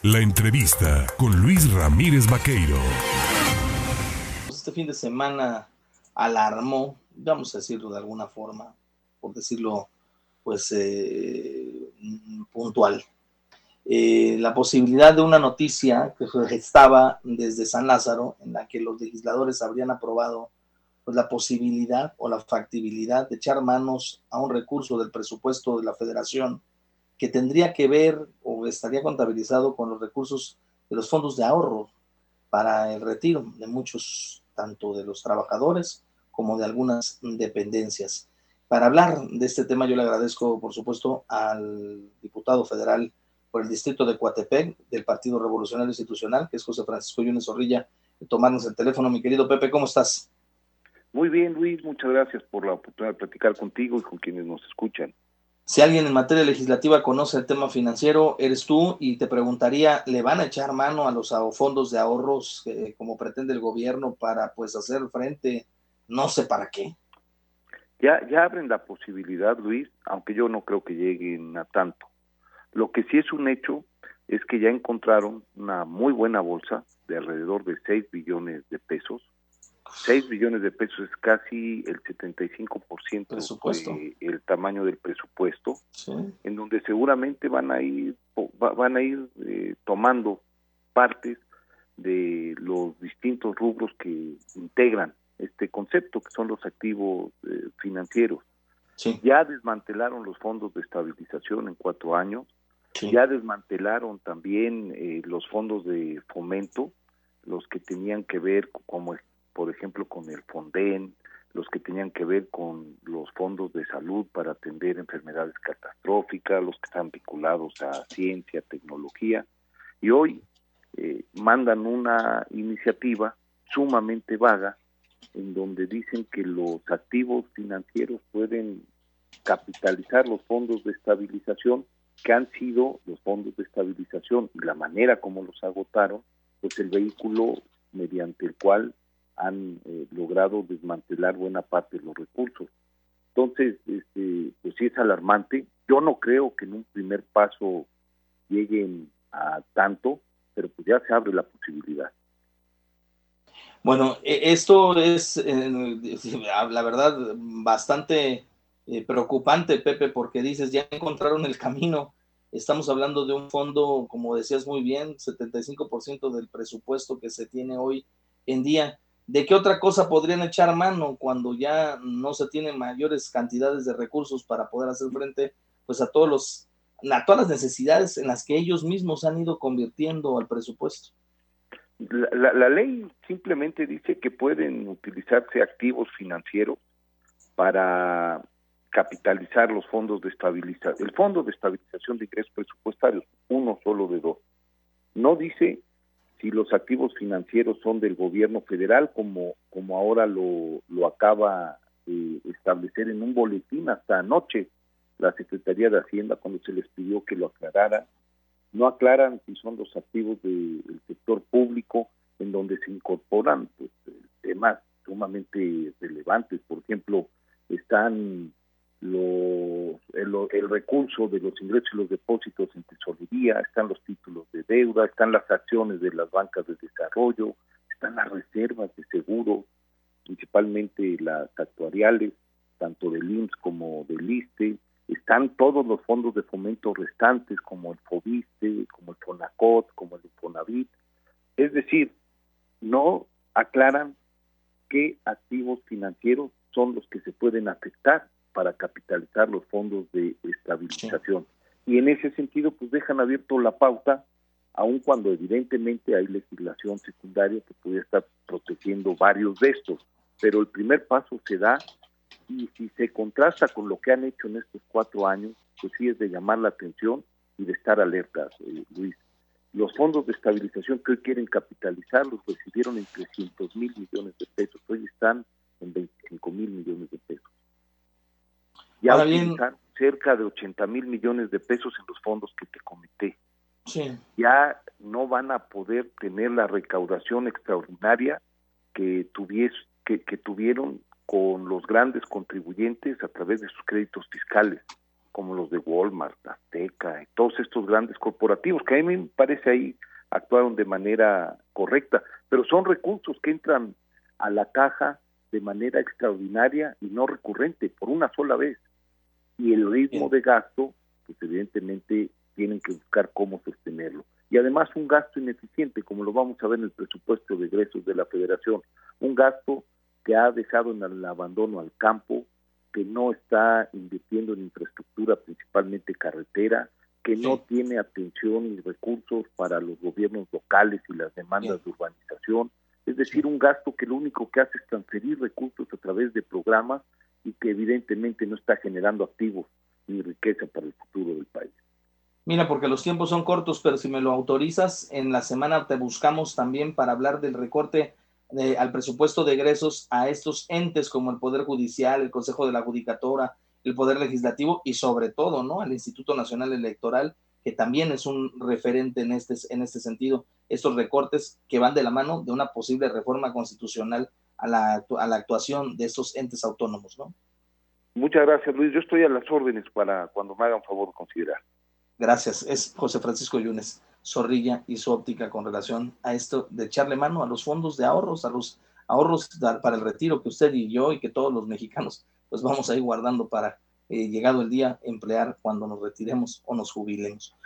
La entrevista con Luis Ramírez Vaqueiro. Este fin de semana alarmó, vamos a decirlo de alguna forma, por decirlo pues puntual, la posibilidad de una noticia que se gestaba desde San Lázaro, en la que los legisladores habrían aprobado pues, la posibilidad o la factibilidad de echar manos a un recurso del presupuesto de la Federación que tendría que ver o estaría contabilizado con los recursos de los fondos de ahorro para el retiro de muchos, tanto de los trabajadores como de algunas dependencias. Para hablar de este tema, yo le agradezco, por supuesto, al diputado federal por el distrito de Coatepec, del Partido Revolucionario Institucional, que es José Francisco Yunes Zorrilla, de tomarnos el teléfono. Mi querido Pepe, ¿cómo estás? Muy bien, Luis, muchas gracias por la oportunidad de platicar contigo y con quienes nos escuchan. Si alguien en materia legislativa conoce el tema financiero, eres tú, y te preguntaría, ¿le van a echar mano a los fondos de ahorros como pretende el gobierno para pues hacer frente, no sé para qué? Ya abren la posibilidad, Luis, aunque yo no creo que lleguen a tanto. Lo que sí es un hecho es que ya encontraron una muy buena bolsa de alrededor de 6 billones de pesos. 6 billones de pesos es casi el 75% del tamaño del presupuesto, sí, en donde seguramente van a ir tomando partes de los distintos rubros que integran este concepto, que son los activos financieros. Sí. Ya desmantelaron los fondos de estabilización en 4 años, sí. Ya desmantelaron también los fondos de fomento, los que tenían que ver, como por ejemplo con el Fonden, los que tenían que ver con los fondos de salud para atender enfermedades catastróficas, los que están vinculados a ciencia, tecnología, y hoy mandan una iniciativa sumamente vaga en donde dicen que los activos financieros pueden capitalizar los fondos de estabilización, que han sido los fondos de estabilización y la manera como los agotaron, pues el vehículo mediante el cual han logrado desmantelar buena parte de los recursos. Entonces, pues sí es alarmante. Yo no creo que en un primer paso lleguen a tanto, pero pues ya se abre la posibilidad. Bueno, esto es, la verdad, bastante preocupante, Pepe, porque dices, ya encontraron el camino. Estamos hablando de un fondo, como decías muy bien, 75% del presupuesto que se tiene hoy en día. ¿De qué otra cosa podrían echar mano cuando ya no se tienen mayores cantidades de recursos para poder hacer frente pues a todas las necesidades en las que ellos mismos han ido convirtiendo al presupuesto? La ley simplemente dice que pueden utilizarse activos financieros para capitalizar los fondos de estabilización, el fondo de estabilización de ingresos presupuestarios, uno solo de dos. No dice si los activos financieros son del gobierno federal, como ahora lo acaba de establecer en un boletín hasta anoche la Secretaría de Hacienda cuando se les pidió que lo aclararan. No aclaran si son los activos del sector público, en donde se incorporan pues, temas sumamente relevantes. Por ejemplo, están el recurso de los ingresos y los depósitos en tesorería, están los títulos de deuda, están las acciones de las bancas de desarrollo, están las reservas de seguro, principalmente las actuariales, tanto del IMSS como del ISSSTE, están todos los fondos de fomento restantes, como el FOBISTE, como el FONACOT, como el Infonavit. Es decir, no aclaran qué activos financieros son los que se pueden afectar para capitalizar los fondos de estabilización. Sí. Y en ese sentido, pues dejan abierto la pauta, aun cuando evidentemente hay legislación secundaria que puede estar protegiendo varios de estos. Pero el primer paso se da, y si se contrasta con lo que han hecho en estos 4 años, pues sí es de llamar la atención y de estar alertas, Luis. Los fondos de estabilización que hoy quieren capitalizar los recibieron en 300,000 millones de pesos, hoy están en 25,000 millones de pesos. Ya utilizaron cerca de 80,000 millones de pesos en los fondos que te comenté. Sí. Ya no van a poder tener la recaudación extraordinaria que tuvieron con los grandes contribuyentes a través de sus créditos fiscales. como los de Walmart, Azteca, y todos estos grandes corporativos, que a mí me parece ahí actuaron de manera correcta, pero son recursos que entran a la caja de manera extraordinaria y no recurrente, por una sola vez. Y el ritmo de gasto, pues evidentemente tienen que buscar cómo sostenerlo. Y además un gasto ineficiente, como lo vamos a ver en el presupuesto de egresos de la Federación, un gasto que ha dejado en el abandono al campo, que no está invirtiendo en infraestructura, principalmente carretera, que no tiene atención y recursos para los gobiernos locales y las demandas de urbanización, es decir, un gasto que lo único que hace es transferir recursos a través de programas y que evidentemente no está generando activos ni riqueza para el futuro del país. Mira, porque los tiempos son cortos, pero si me lo autorizas, en la semana te buscamos también para hablar del recorte al presupuesto de egresos a estos entes como el Poder Judicial, el Consejo de la Judicatura, el Poder Legislativo y sobre todo, ¿no?, al Instituto Nacional Electoral, que también es un referente en este sentido, estos recortes que van de la mano de una posible reforma constitucional a la actuación de estos entes autónomos, ¿no? Muchas gracias, Luis. Yo estoy a las órdenes para cuando me hagan favor de considerar. Gracias. Es José Francisco Yunes Zorrilla y su óptica con relación a esto de echarle mano a los fondos de ahorros, a los ahorros para el retiro que usted y yo y que todos los mexicanos pues vamos a ir guardando para llegado el día emplear cuando nos retiremos o nos jubilemos.